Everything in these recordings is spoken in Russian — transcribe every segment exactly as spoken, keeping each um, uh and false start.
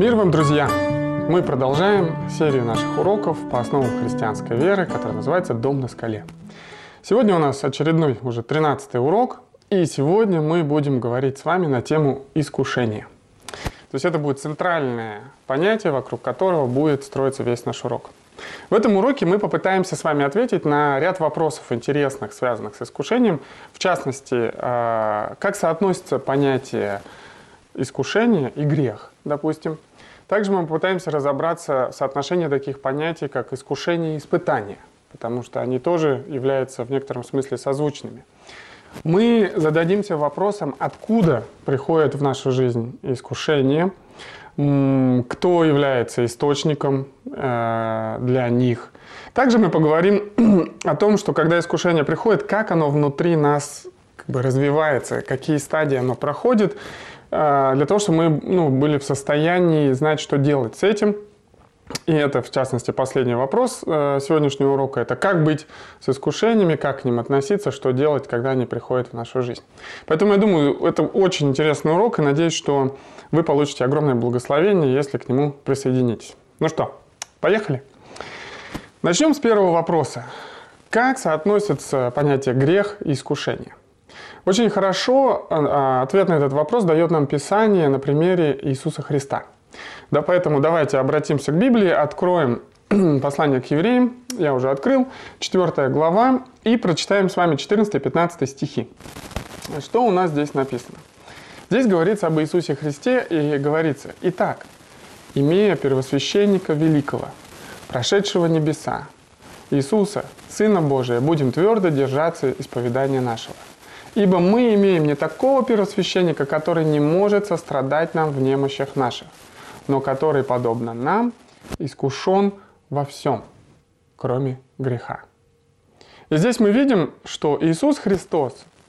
Мир вам, друзья! Мы продолжаем серию наших уроков по основам христианской веры, которая называется «Дом на скале». Сегодня у нас очередной, уже тринадцатый урок, и сегодня мы будем говорить с вами на тему искушения. То есть это будет центральное понятие, вокруг которого будет строиться весь наш урок. В этом уроке мы попытаемся с вами ответить на ряд вопросов интересных, связанных с искушением. В частности, как соотносится понятие искушение и грех, допустим. Также мы попытаемся разобраться в соотношении таких понятий, как искушение и испытание, потому что они тоже являются в некотором смысле созвучными. Мы зададимся вопросом, откуда приходит в нашу жизнь искушение, кто является источником для них. Также мы поговорим о том, что когда искушение приходит, как оно внутри нас как бы развивается, какие стадии оно проходит, для того, чтобы мы ну, были в состоянии знать, что делать с этим. И это, в частности, последний вопрос сегодняшнего урока. Это как быть с искушениями, как к ним относиться, что делать, когда они приходят в нашу жизнь. Поэтому я думаю, это очень интересный урок, и надеюсь, что вы получите огромное благословение, если к нему присоединитесь. Ну что, поехали? Начнем с первого вопроса. Как соотносятся понятия грех и искушение? Очень хорошо ответ на этот вопрос дает нам Писание на примере Иисуса Христа. Да, поэтому давайте обратимся к Библии, откроем послание к евреям, я уже открыл, четвёртая глава, и прочитаем с вами четырнадцатый-пятнадцатый стихи. Что у нас здесь написано? Здесь говорится об Иисусе Христе и говорится: «Итак, имея первосвященника великого, прошедшего небеса, Иисуса, Сына Божия, будем твердо держаться исповедания нашего. Ибо мы имеем не такого первосвященника, который не может сострадать нам в немощах наших, но который, подобно нам, искушен во всем, кроме греха». И здесь мы видим, что Иисус Христос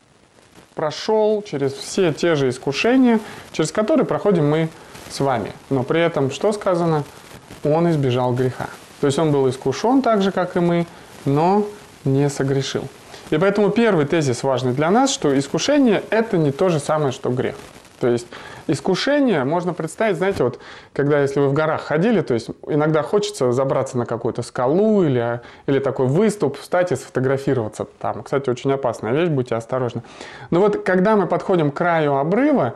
прошел через все те же искушения, через которые проходим мы с вами. Но при этом, что сказано? Он избежал греха. То есть он был искушен так же, как и мы, но не согрешил. И поэтому первый тезис важный для нас, что искушение – это не то же самое, что грех. То есть искушение можно представить, знаете, вот когда если вы в горах ходили, то есть иногда хочется забраться на какую-то скалу или, или такой выступ, встать и сфотографироваться там. Кстати, очень опасная вещь, будьте осторожны. Но вот когда мы подходим к краю обрыва,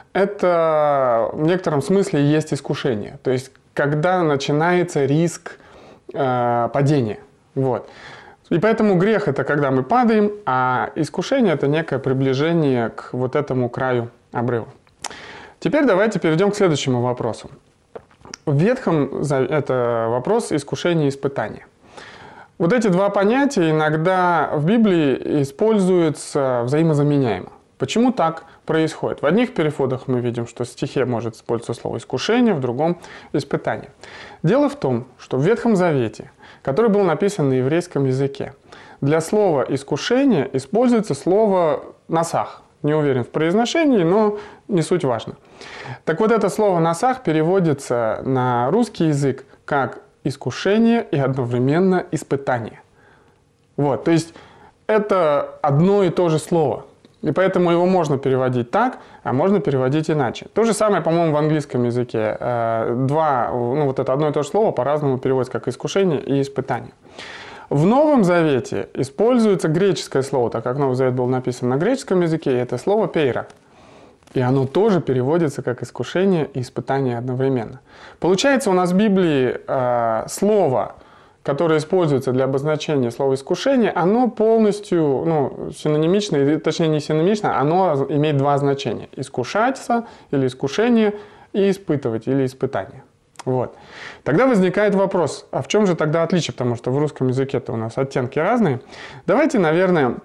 это в некотором смысле есть искушение. То есть когда начинается риск э, падения. Вот. И поэтому грех – это когда мы падаем, а искушение – это некое приближение к вот этому краю обрыва. Теперь давайте перейдем к следующему вопросу. В Ветхом это вопрос искушения и испытания. Вот эти два понятия иногда в Библии используются взаимозаменяемо. Почему так происходит? В одних переводах мы видим, что в стихе может использоваться слово «искушение», в другом – «испытание». Дело в том, что в Ветхом Завете, который был написан на еврейском языке, для слова «искушение» используется слово «насах». Не уверен в произношении, но не суть важно. Так вот, это слово «насах» переводится на русский язык как «искушение» и одновременно «испытание». Вот, то есть это одно и то же слово. И поэтому его можно переводить так, а можно переводить иначе. То же самое, по-моему, в английском языке. Два, ну вот это одно и то же слово по-разному переводится как искушение и испытание. В Новом Завете используется греческое слово, так как Новый Завет был написан на греческом языке, и это слово «пейра». И оно тоже переводится как искушение и испытание одновременно. Получается, у нас в Библии э, слово, которое используется для обозначения слова «искушение», оно полностью ну, синонимично, точнее не синонимично, оно имеет два значения. Искушаться или искушение и испытывать или испытание. Вот. Тогда возникает вопрос, а в чем же тогда отличие? Потому что в русском языке-то у нас оттенки разные. Давайте, наверное,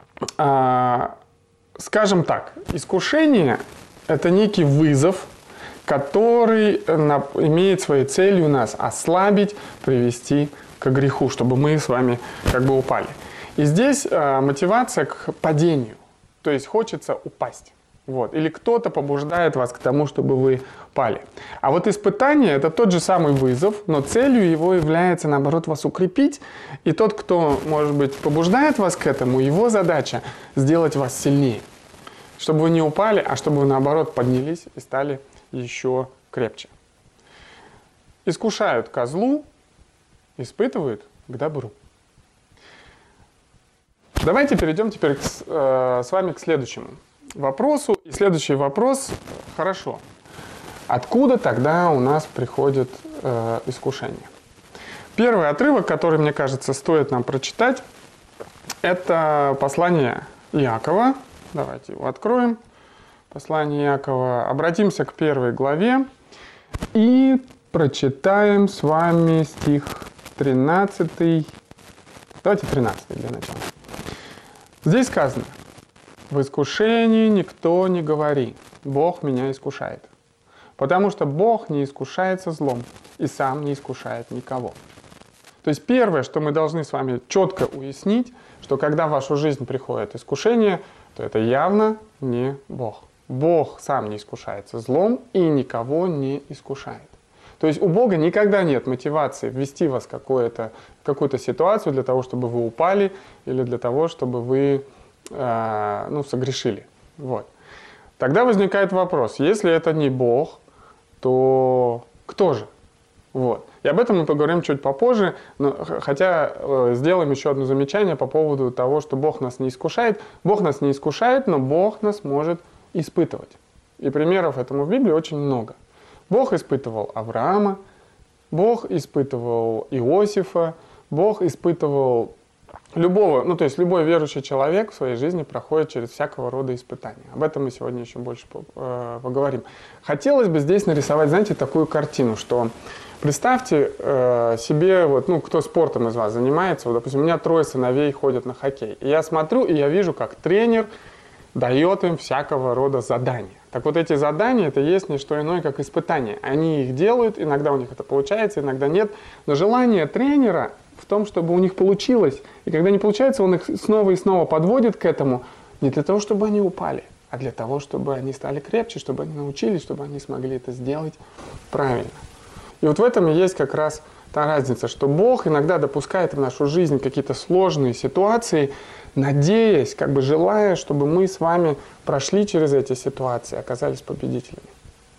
э, скажем так. Искушение – это некий вызов, который имеет своей целью нас ослабить, привести к греху, чтобы мы с вами как бы упали. И здесь э, мотивация к падению, то есть хочется упасть. Вот. Или кто-то побуждает вас к тому, чтобы вы пали. А вот испытание – это тот же самый вызов, но целью его является, наоборот, вас укрепить. И тот, кто, может быть, побуждает вас к этому, его задача – сделать вас сильнее. Чтобы вы не упали, а чтобы вы, наоборот, поднялись и стали еще крепче. искушают ко злу, испытывают к добру. Давайте перейдем теперь к, э, с вами к следующему вопросу. И следующий вопрос, хорошо, откуда тогда у нас приходит э, искушение? Первый отрывок, который, мне кажется, стоит нам прочитать, это послание Иакова. Давайте его откроем. Послание Иакова. Обратимся к первой главе и прочитаем с вами стих тринадцатый. Давайте тринадцатый для начала. Здесь сказано: «В искушении никто не говори, Бог меня искушает, потому что Бог не искушается злом и сам не искушает никого». То есть первое, что мы должны с вами четко уяснить, что когда в вашу жизнь приходит искушение, то это явно не Бог. Бог сам не искушается злом и никого не искушает. То есть у Бога никогда нет мотивации ввести вас в какую-то, какую-то ситуацию для того, чтобы вы упали или для того, чтобы вы э, ну, согрешили. Вот. Тогда возникает вопрос, если это не Бог, то кто же? Вот. И об этом мы поговорим чуть попозже, но, хотя э, сделаем еще одно замечание по поводу того, что Бог нас не искушает. Бог нас не искушает, но Бог нас может испытывать. И примеров этому в Библии очень много. Бог испытывал Авраама, Бог испытывал Иосифа, Бог испытывал любого, ну то есть любой верующий человек в своей жизни проходит через всякого рода испытания. Об этом мы сегодня еще больше поговорим. Хотелось бы здесь нарисовать, знаете, такую картину, что представьте э, себе, вот, ну кто спортом из вас занимается, вот, допустим, у меня трое сыновей ходят на хоккей, и я смотрю, и я вижу, как тренер дает им всякого рода задания. Так вот эти задания, это есть не что иное, как испытания. Они их делают, иногда у них это получается, иногда нет. Но желание тренера в том, чтобы у них получилось. И когда не получается, он их снова и снова подводит к этому, не для того, чтобы они упали, а для того, чтобы они стали крепче, чтобы они научились, чтобы они смогли это сделать правильно. И вот в этом и есть как раз та разница, что Бог иногда допускает в нашу жизнь какие-то сложные ситуации, надеясь, как бы желая, чтобы мы с вами прошли через эти ситуации, оказались победителями.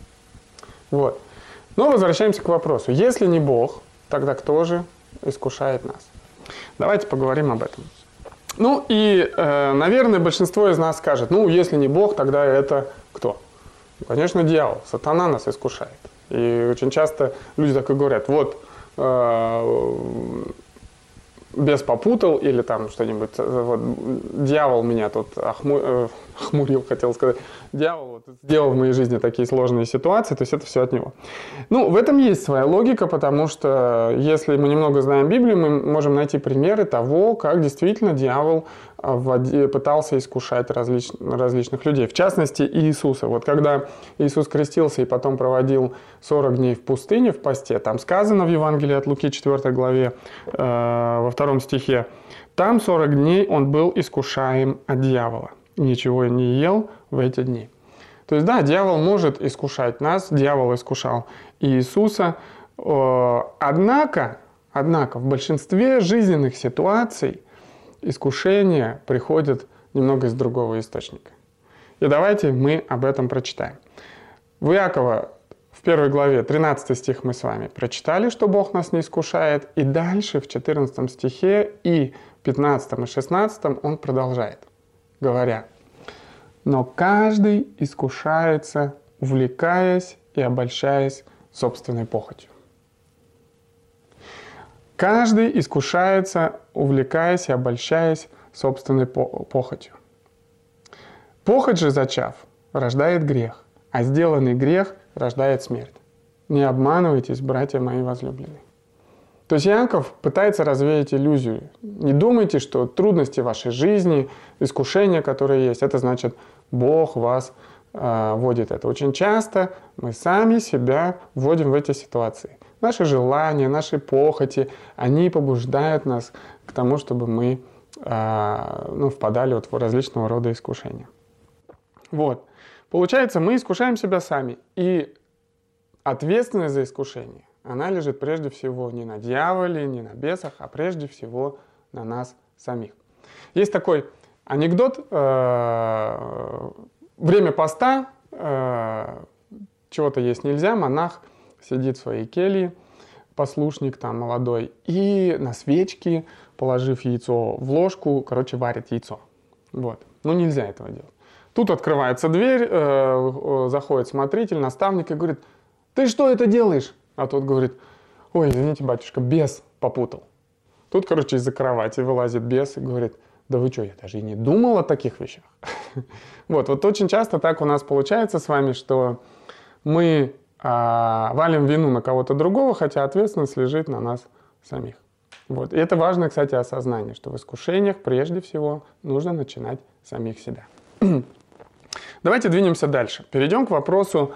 Вот. Но возвращаемся к вопросу. Если не Бог, тогда кто же искушает нас? Давайте поговорим об этом. Ну и, э, наверное, большинство из нас скажет, ну, если не Бог, тогда это кто? Конечно, дьявол, сатана нас искушает. И очень часто люди так и говорят, вот, э, бес попутал или там что-нибудь, вот, дьявол меня тут охму, э, охмурил, хотел сказать, дьявол вот, сделал в моей жизни такие сложные ситуации, то есть это все от него. Ну, в этом есть своя логика, потому что если мы немного знаем Библию, мы можем найти примеры того, как действительно дьявол пытался искушать различ, различных людей. В частности, Иисуса. Вот когда Иисус крестился и потом проводил сорок дней в пустыне, в посте, там сказано в Евангелии от Луки, четвёртой главе, э, во втором стихе, там сорок дней он был искушаем от дьявола. Ничего не ел в эти дни. То есть, да, дьявол может искушать нас, дьявол искушал Иисуса. Э, однако, однако, в большинстве жизненных ситуаций искушение приходит немного из другого источника. И давайте мы об этом прочитаем. В Иакова в первой главе, тринадцатый стих мы с вами прочитали, что Бог нас не искушает. И дальше в четырнадцатом стихе и пятнадцатом и шестнадцатом он продолжает, говоря: «Но каждый искушается, увлекаясь и обольщаясь собственной похотью». Каждый искушается, увлекаясь и обольщаясь собственной похотью. Похоть же, зачав, рождает грех, а сделанный грех рождает смерть. Не обманывайтесь, братья мои возлюбленные. То есть Иаков пытается развеять иллюзию. Не думайте, что трудности вашей жизни, искушения, которые есть, это значит, Бог вас э, вводит это. Очень часто мы сами себя вводим в эти ситуации. Наши желания, наши похоти, они побуждают нас к тому, чтобы мы э, ну, впадали вот в различного рода искушения. Вот. Получается, мы искушаем себя сами. И ответственность за искушение, она лежит прежде всего не на дьяволе, не на бесах, а прежде всего на нас самих. Есть такой анекдот. Э, время поста, э, чего-то есть нельзя, монах сидит в своей келье, послушник там молодой, и на свечке, положив яйцо в ложку, короче, варит яйцо. Вот. Ну, нельзя этого делать. Тут открывается дверь, э, заходит смотритель, наставник и говорит: ты что это делаешь? А тот говорит: ой, извините, батюшка, бес попутал. Тут, короче, из-за кровати вылазит бес и говорит: да вы что, я даже и не думал о таких вещах. Вот, вот очень часто так у нас получается с вами, что мы а, валим вину на кого-то другого, хотя ответственность лежит на нас самих. Вот. И это важно, кстати, осознание, что в искушениях прежде всего нужно начинать с самих себя. Давайте двинемся дальше. Перейдем к вопросу,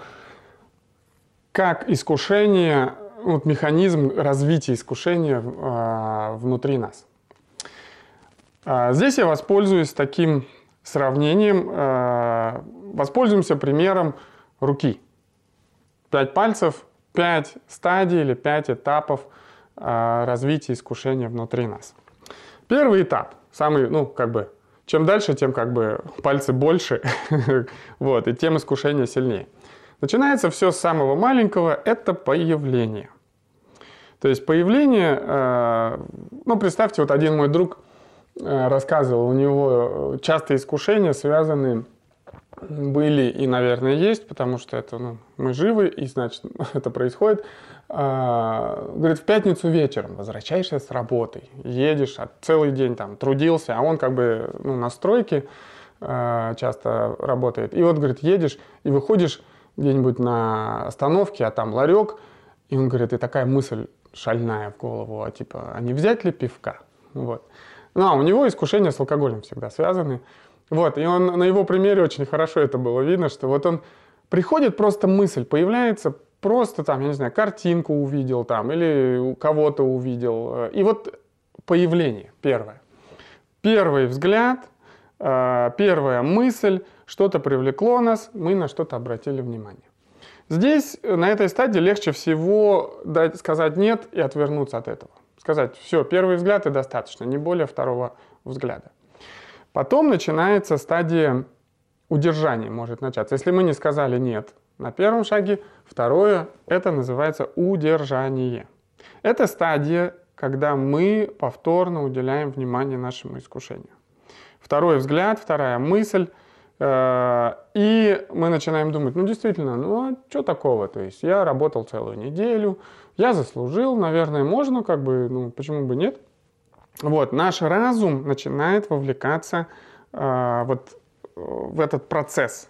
как искушение, вот механизм развития искушения э, внутри нас. Э, здесь я воспользуюсь таким сравнением, э, воспользуемся примером руки. Пять пальцев, пять стадий или пять этапов э, развития искушения внутри нас. Первый этап, самый, ну, как бы, чем дальше, тем как бы пальцы больше, вот, и тем искушение сильнее. Начинается все с самого маленького, это появление. То есть появление, э, ну, представьте, вот один мой друг э, рассказывал, у него часто искушения связаны были и, наверное, есть, потому что это, ну, мы живы, и, значит, это происходит. А, говорит, в пятницу вечером возвращаешься с работы, едешь, а целый день там трудился, а он как бы, ну, на стройке а, часто работает. И вот, говорит, едешь и выходишь где-нибудь на остановке, а там ларек, и он говорит, и такая мысль шальная в голову, а типа, а не взять ли пивка? Вот. Ну, а у него искушения с алкоголем всегда связаны. Вот, и он, на его примере очень хорошо это было видно, что вот он приходит, просто мысль появляется, просто там, я не знаю, картинку увидел там, или у кого-то увидел. И вот появление первое. Первый взгляд, первая мысль, что-то привлекло нас, мы на что-то обратили внимание. Здесь, на этой стадии, легче всего дать, сказать «нет» и отвернуться от этого. Сказать «все, первый взгляд и достаточно, не более второго взгляда». Потом начинается стадия удержания, может начаться. Если мы не сказали «нет» на первом шаге, второе – это называется удержание. Это стадия, когда мы повторно уделяем внимание нашему искушению. Второй взгляд, вторая мысль, э, и мы начинаем думать, ну действительно, ну а что такого? То есть я работал целую неделю, я заслужил, наверное, можно, как бы, ну почему бы нет? Вот, наш разум начинает вовлекаться э, вот в этот процесс.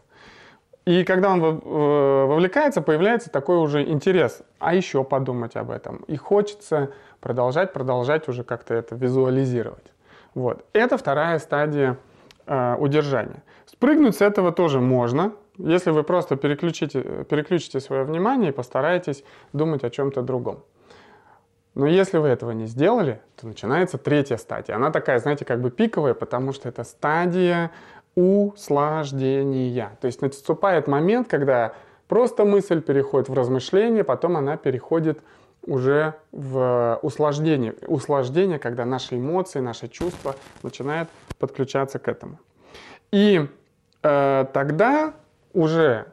И когда он вовлекается, появляется такой уже интерес, а еще подумать об этом. И хочется продолжать, продолжать уже как-то это визуализировать. Вот. Это вторая стадия э, удержания. Спрыгнуть с этого тоже можно, если вы просто переключите, переключите свое внимание и постараетесь думать о чем-то другом. Но если вы этого не сделали, то начинается третья стадия. Она такая, знаете, как бы пиковая, потому что это стадия услаждения. То есть наступает момент, когда просто мысль переходит в размышление, потом она переходит уже в услаждение. Услаждение, когда наши эмоции, наши чувства начинают подключаться к этому. И э, тогда уже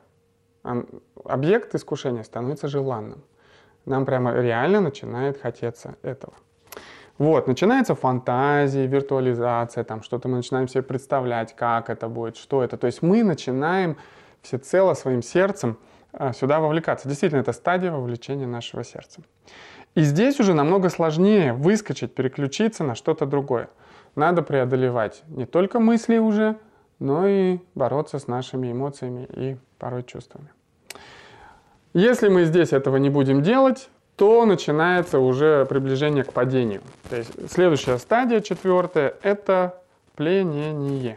объект искушения становится желанным. Нам прямо реально начинает хотеться этого. Вот, начинается фантазия, виртуализация, там что-то мы начинаем себе представлять, как это будет, что это. То есть мы начинаем всецело своим сердцем сюда вовлекаться. Действительно, это стадия вовлечения нашего сердца. И здесь уже намного сложнее выскочить, переключиться на что-то другое. Надо преодолевать не только мысли уже, но и бороться с нашими эмоциями и порой чувствами. Если мы здесь этого не будем делать, то начинается уже приближение к падению. То есть следующая стадия, четвертая, это пленение.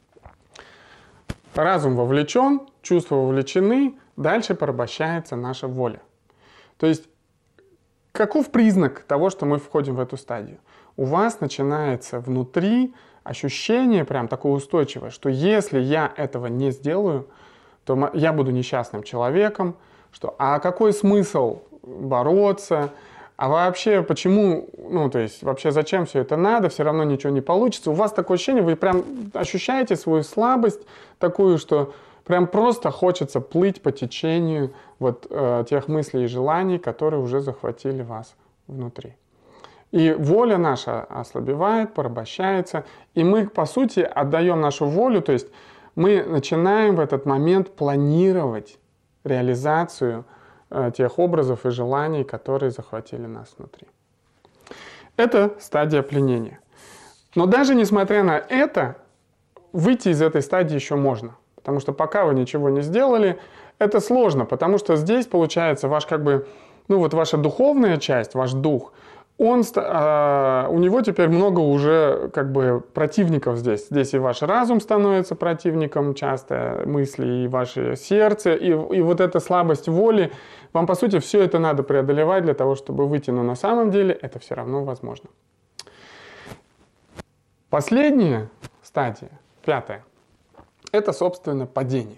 Разум вовлечен, чувства вовлечены, дальше порабощается наша воля. То есть каков признак того, что мы входим в эту стадию? У вас начинается внутри ощущение прям такое устойчивое, что если я этого не сделаю, то я буду несчастным человеком, что, а какой смысл бороться, а вообще почему, ну то есть вообще зачем все это надо, все равно ничего не получится. У вас такое ощущение, вы прям ощущаете свою слабость такую, что прям просто хочется плыть по течению вот э, тех мыслей и желаний, которые уже захватили вас внутри. И воля наша ослабевает, порабощается, и мы, по сути, отдаем нашу волю, то есть мы начинаем в этот момент планировать реализацию э, тех образов и желаний, которые захватили нас внутри. Это стадия пленения. Но даже несмотря на это, выйти из этой стадии еще можно. Потому что пока вы ничего не сделали, это сложно, потому что здесь получается ваш как бы, ну вот ваша духовная часть, ваш дух, он, э, у него теперь много уже как бы противников здесь. Здесь и ваш разум становится противником часто, мысли, и ваше сердце, и, и вот эта слабость воли. Вам, по сути, все это надо преодолевать для того, чтобы выйти, но на самом деле это все равно возможно. Последняя стадия, пятая, это, собственно, падение.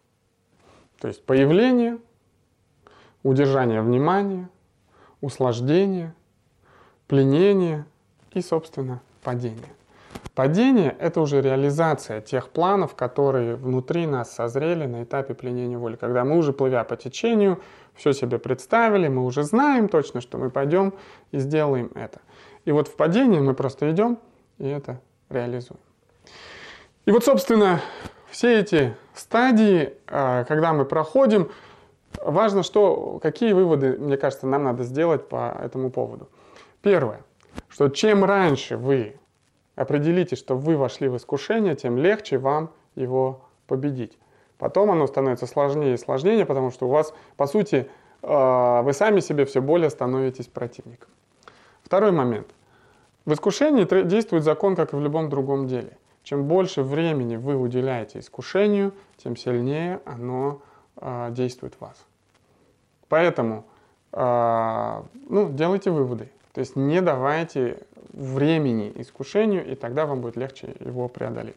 То есть появление, удержание внимания, услаждение, пленение и, собственно, падение. Падение – это уже реализация тех планов, которые внутри нас созрели на этапе пленения воли. Когда мы уже, плывя по течению, все себе представили, мы уже знаем точно, что мы пойдем и сделаем это. И вот в падении мы просто идем и это реализуем. И вот, собственно, все эти стадии, когда мы проходим, важно, что, какие выводы, мне кажется, нам надо сделать по этому поводу. Первое, что чем раньше вы определите, что вы вошли в искушение, тем легче вам его победить. Потом оно становится сложнее и сложнее, потому что у вас, по сути, вы сами себе все более становитесь противником. Второй момент. В искушении действует закон, как и в любом другом деле. Чем больше времени вы уделяете искушению, тем сильнее оно э, действует в вас. Поэтому э, ну, делайте выводы. То есть не давайте времени искушению, и тогда вам будет легче его преодолеть.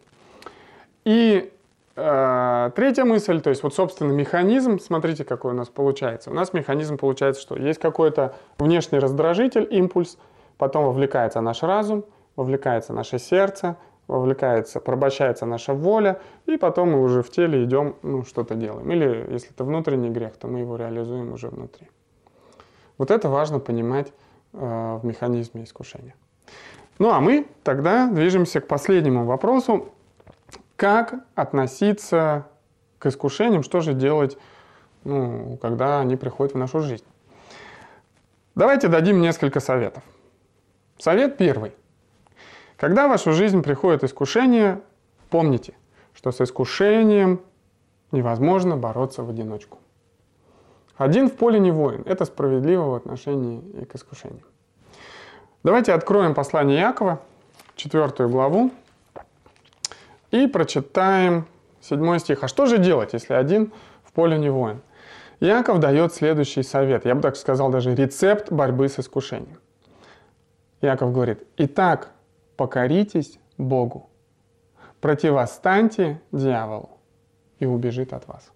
И э, третья мысль, то есть вот, собственно, механизм, смотрите, какой у нас получается. У нас механизм получается, что есть какой-то внешний раздражитель, импульс, потом вовлекается наш разум, вовлекается наше сердце, вовлекается, порабощается наша воля, и потом мы уже в теле идем, ну, что-то делаем. Или, если это внутренний грех, то мы его реализуем уже внутри. Вот это важно понимать э, в механизме искушения. Ну, а мы тогда движемся к последнему вопросу. Как относиться к искушениям, что же делать, ну, когда они приходят в нашу жизнь? Давайте дадим несколько советов. Совет первый. Когда в вашу жизнь приходит искушение, помните, что с искушением невозможно бороться в одиночку. Один в поле не воин. Это справедливо в отношении и к искушениям. Давайте откроем послание Иакова, четвёртую главу, и прочитаем седьмой стих. А что же делать, если один в поле не воин? Иаков дает следующий совет. Я бы так сказал, даже рецепт борьбы с искушением. Иаков говорит: «Итак, покоритесь Богу, противостаньте дьяволу, и убежит от вас».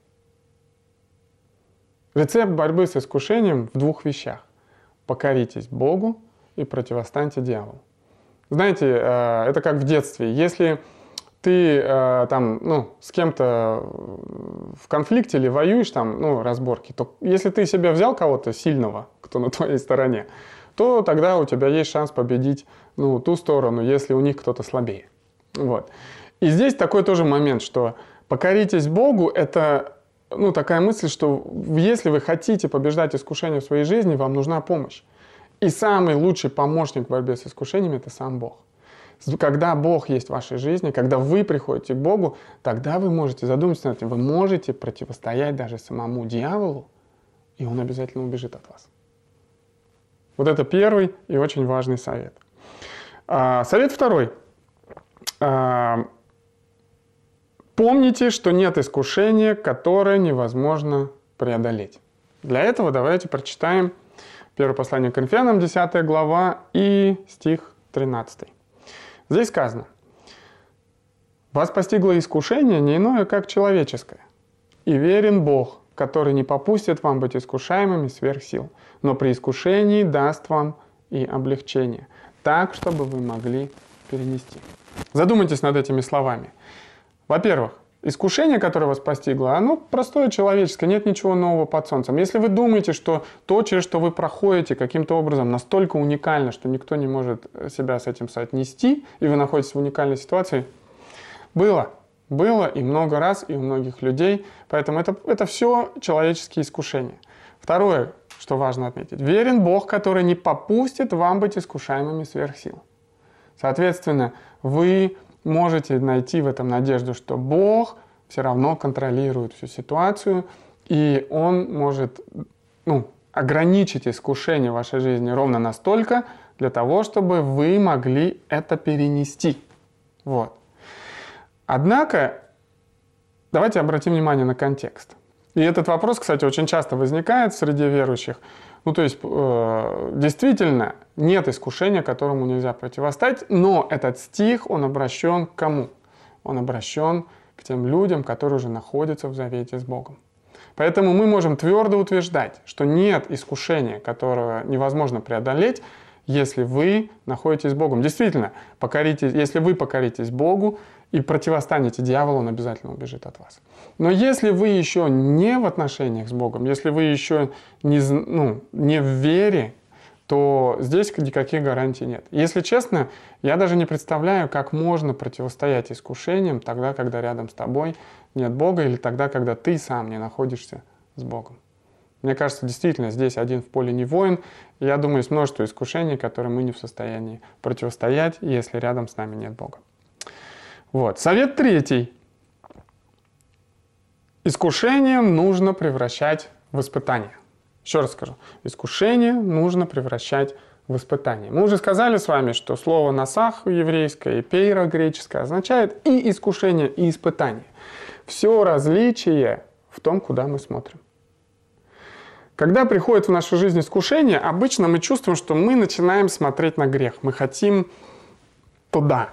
Рецепт борьбы с искушением в двух вещах. Покоритесь Богу и противостаньте дьяволу. Знаете, это как в детстве. Если ты там, ну, с кем-то в конфликте или воюешь, там, ну, разборки, то если ты себе взял кого-то сильного, кто на твоей стороне, то тогда у тебя есть шанс победить, ну, ту сторону, если у них кто-то слабее. Вот. И здесь такой тоже момент, что покоритесь Богу, это, ну, такая мысль, что если вы хотите побеждать искушения в своей жизни, вам нужна помощь. И самый лучший помощник в борьбе с искушениями – это сам Бог. Когда Бог есть в вашей жизни, когда вы приходите к Богу, тогда вы можете задуматься над этим, вы можете противостоять даже самому дьяволу, и он обязательно убежит от вас. Вот это первый и очень важный совет. А, совет второй. А, помните, что нет искушения, которое невозможно преодолеть. Для этого давайте прочитаем первое послание к Коринфянам, десятая глава и стих тринадцатый. Здесь сказано: «Вас постигло искушение не иное, как человеческое, и верен Бог, который не попустит вам быть искушаемыми сверх сил, но при искушении даст вам и облегчение, так, чтобы вы могли перенести». Задумайтесь над этими словами. Во-первых, Искушение, которое вас постигло, оно простое, человеческое, нет ничего нового под солнцем. Если вы думаете, что то, через что вы проходите, каким-то образом настолько уникально, что никто не может себя с этим соотнести, и вы находитесь в уникальной ситуации, было. Было и много раз, и у многих людей. Поэтому это, это все человеческие искушения. Второе, что важно отметить. Верен Бог, который не попустит вам быть искушаемыми сверх сил. Соответственно, вы можете найти в этом надежду, что Бог все равно контролирует всю ситуацию, и Он может ну, ограничить искушение в вашей жизни ровно настолько, для того, чтобы вы могли это перенести. Вот. Однако, давайте обратим внимание на контекст. И этот вопрос, кстати, очень часто возникает среди верующих. Ну, то есть, э, действительно, нет искушения, которому нельзя противостоять, но этот стих, он обращен к кому? Он обращен к тем людям, которые уже находятся в завете с Богом. Поэтому мы можем твердо утверждать, что нет искушения, которого невозможно преодолеть, если вы находитесь с Богом. Действительно, покоритесь, если вы покоритесь Богу и противостанете дьяволу, он обязательно убежит от вас. Но если вы еще не в отношениях с Богом, если вы еще не, ну, не в вере, то здесь никаких гарантий нет. Если честно, я даже не представляю, как можно противостоять искушениям тогда, когда рядом с тобой нет Бога, или тогда, когда ты сам не находишься с Богом. Мне кажется, действительно, здесь один в поле не воин. И я думаю, есть множество искушений, которые мы не в состоянии противостоять, если рядом с нами нет Бога. Вот. Совет третий. Искушение нужно превращать в испытание. Еще раз скажу. Искушение нужно превращать в испытание. Мы уже сказали с вами, что слово «насах» еврейское и «пейра» греческое означает и искушение, и испытание. Все различие в том, куда мы смотрим. Когда приходит в нашу жизнь искушение, обычно мы чувствуем, что мы начинаем смотреть на грех. Мы хотим туда.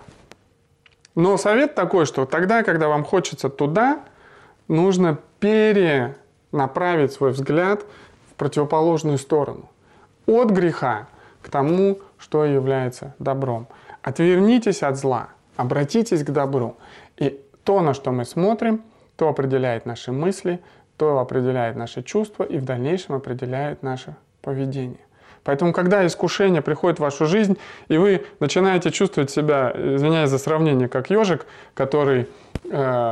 Но совет такой, что тогда, когда вам хочется туда, нужно перенаправить свой взгляд в противоположную сторону. От греха к тому, что является добром. Отвернитесь от зла, обратитесь к добру. И то, на что мы смотрим, то определяет наши мысли, то определяет наши чувства и в дальнейшем определяет наше поведение. Поэтому, когда искушение приходит в вашу жизнь, и вы начинаете чувствовать себя, извиняюсь за сравнение, как ежик, который э,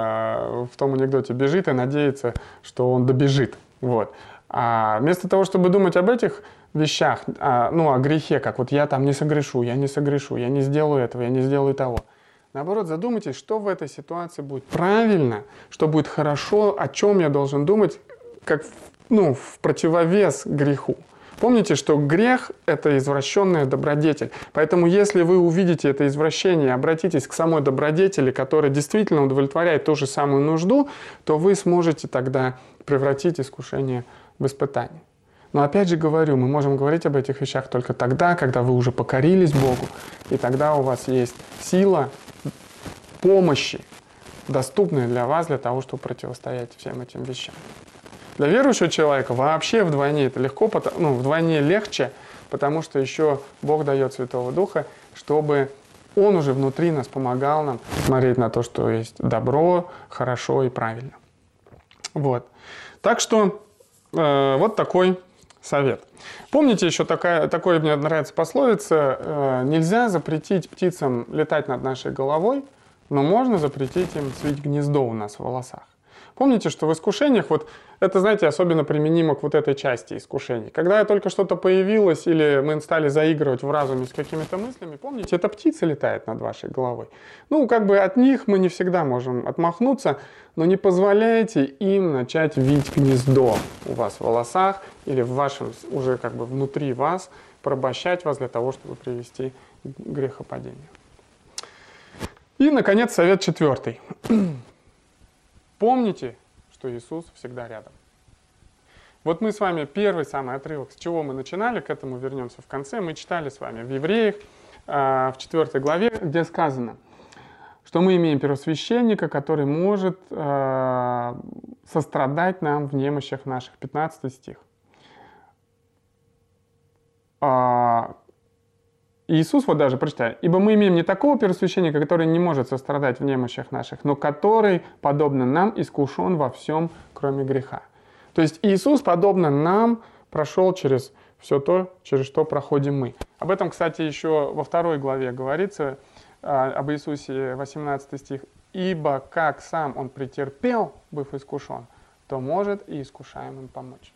в том анекдоте бежит и надеется, что он добежит. Вот. А вместо того, чтобы думать об этих вещах, а, ну, о грехе, как вот я там не согрешу, я не согрешу, я не сделаю этого, я не сделаю того. Наоборот, задумайтесь, что в этой ситуации будет правильно, что будет хорошо, о чем я должен думать, как ну, в противовес греху. Помните, что грех – это извращенная добродетель. Поэтому, если вы увидите это извращение, обратитесь к самой добродетели, которая действительно удовлетворяет ту же самую нужду, то вы сможете тогда превратить искушение в испытание. Но опять же говорю, мы можем говорить об этих вещах только тогда, когда вы уже покорились Богу, и тогда у вас есть сила помощи, доступная для вас, для того, чтобы противостоять всем этим вещам. Для верующего человека вообще вдвойне это легко, ну, вдвойне легче, потому что еще Бог дает Святого Духа, чтобы Он уже внутри нас помогал нам смотреть на то, что есть добро, хорошо и правильно. Вот. Так что э, вот такой совет. Помните еще такая, такой, мне нравится пословица, э, нельзя запретить птицам летать над нашей головой, но можно запретить им свить гнездо у нас в волосах. Помните, что в искушениях, вот это, знаете, особенно применимо к вот этой части искушений. Когда только что-то появилось или мы стали заигрывать в разуме с какими-то мыслями, помните, эта птица летает над вашей головой. Ну, как бы от них мы не всегда можем отмахнуться, но не позволяйте им начать вить гнездо у вас в волосах или в вашем, уже как бы внутри вас, порабощать вас для того, чтобы привести к грехопадению. И, наконец, совет четвертый. Помните, что Иисус всегда рядом. Вот мы с вами первый самый отрывок, с чего мы начинали, к этому вернемся в конце. Мы читали с вами в Евреях, в четвёртой главе, где сказано, что мы имеем первосвященника, который может сострадать нам в немощах наших. пятнадцатый стих. Иисус, вот даже прочитали, «Ибо мы имеем не такого первосвященника, который не может сострадать в немощах наших, но который, подобно нам, искушен во всем, кроме греха». То есть Иисус, подобно нам, прошел через все то, через что проходим мы. Об этом, кстати, еще во второй главе говорится, об Иисусе, восемнадцатый стих. «Ибо как сам Он претерпел, быв искушен, то может и искушаемым помочь».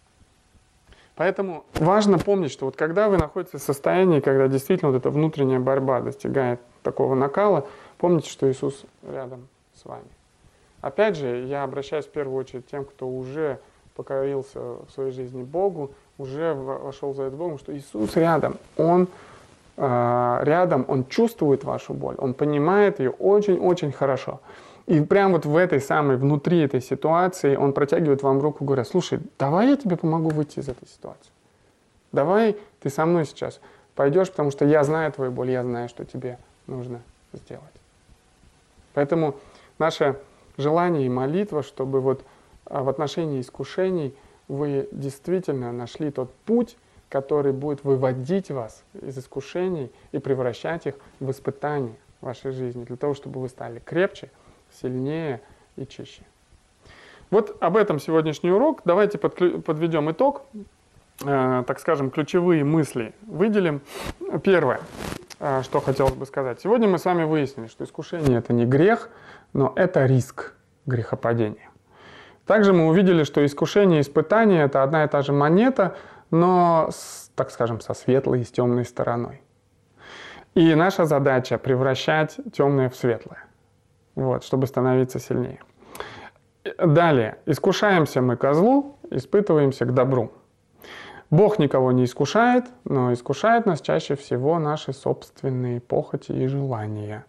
Поэтому важно помнить, что вот когда вы находитесь в состоянии, когда действительно вот эта внутренняя борьба достигает такого накала, помните, что Иисус рядом с вами. Опять же, я обращаюсь в первую очередь к тем, кто уже покорился в своей жизни Богу, уже вошел за это Богом, что Иисус рядом, Он э, рядом, Он чувствует вашу боль, Он понимает ее очень-очень хорошо. И прямо вот в этой самой, внутри этой ситуации Он протягивает вам руку, говоря: слушай, давай я тебе помогу выйти из этой ситуации. Давай ты со мной сейчас пойдешь, потому что я знаю твою боль, я знаю, что тебе нужно сделать. Поэтому наше желание и молитва, чтобы вот в отношении искушений вы действительно нашли тот путь, который будет выводить вас из искушений и превращать их в испытания в вашей жизни, для того, чтобы вы стали крепче, сильнее и чище. Вот об этом сегодняшний урок. Давайте подведем итог, э, так скажем, ключевые мысли выделим. Первое, э, что хотелось бы сказать. Сегодня мы с вами выяснили, что искушение — это не грех, но это риск грехопадения. Также мы увидели, что искушение и испытание — это одна и та же монета, но, с, так скажем, со светлой и с темной стороной. И наша задача — превращать темное в светлое. Вот, чтобы становиться сильнее. Далее. Искушаемся мы ко злу, испытываемся к добру. Бог никого не искушает, но искушает нас чаще всего наши собственные похоти и желания.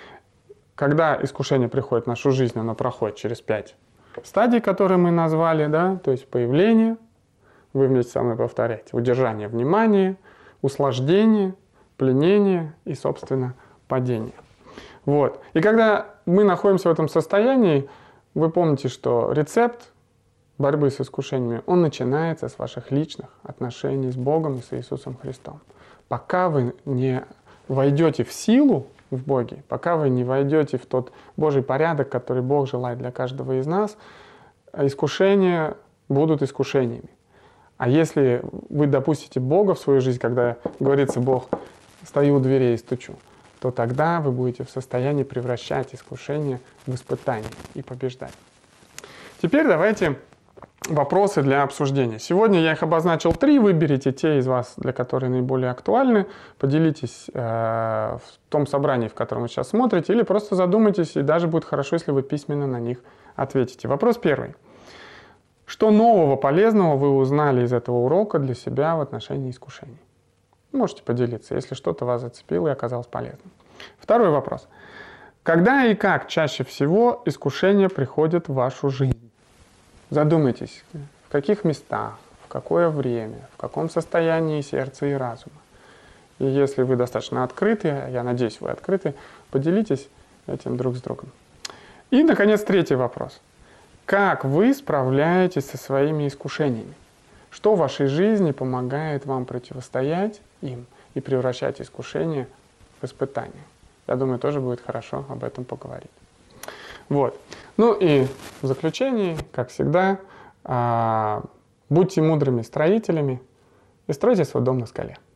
Когда искушение приходит в нашу жизнь, оно проходит через пять стадий, которые мы назвали, да, то есть появление, вы вместе со мной повторяете, удержание внимания, услаждение, пленение и, собственно, падение. Вот. И когда мы находимся в этом состоянии, вы помните, что рецепт борьбы с искушениями, он начинается с ваших личных отношений с Богом и с Иисусом Христом. Пока вы не войдете в силу в Боге, пока вы не войдете в тот Божий порядок, который Бог желает для каждого из нас, искушения будут искушениями. А если вы допустите Бога в свою жизнь, когда говорится: Бог, стою у дверей и стучу, то тогда вы будете в состоянии превращать искушение в испытание и побеждать. Теперь давайте вопросы для обсуждения. Сегодня я их обозначил три. Выберите те из вас, для которых наиболее актуальны. Поделитесь э, в том собрании, в котором вы сейчас смотрите, или просто задумайтесь, и даже будет хорошо, если вы письменно на них ответите. Вопрос первый. Что нового, полезного вы узнали из этого урока для себя в отношении искушений? Можете поделиться, если что-то вас зацепило и оказалось полезным. Второй вопрос. Когда и как чаще всего искушения приходят в вашу жизнь? Задумайтесь, в каких местах, в какое время, в каком состоянии сердца и разума. И если вы достаточно открыты, я надеюсь, вы открыты, поделитесь этим друг с другом. И, наконец, третий вопрос. Как вы справляетесь со своими искушениями? Что в вашей жизни помогает вам противостоять им и превращать искушение в испытание? Я думаю, тоже будет хорошо об этом поговорить. Вот. Ну и в заключении, как всегда, будьте мудрыми строителями и стройте свой дом на скале.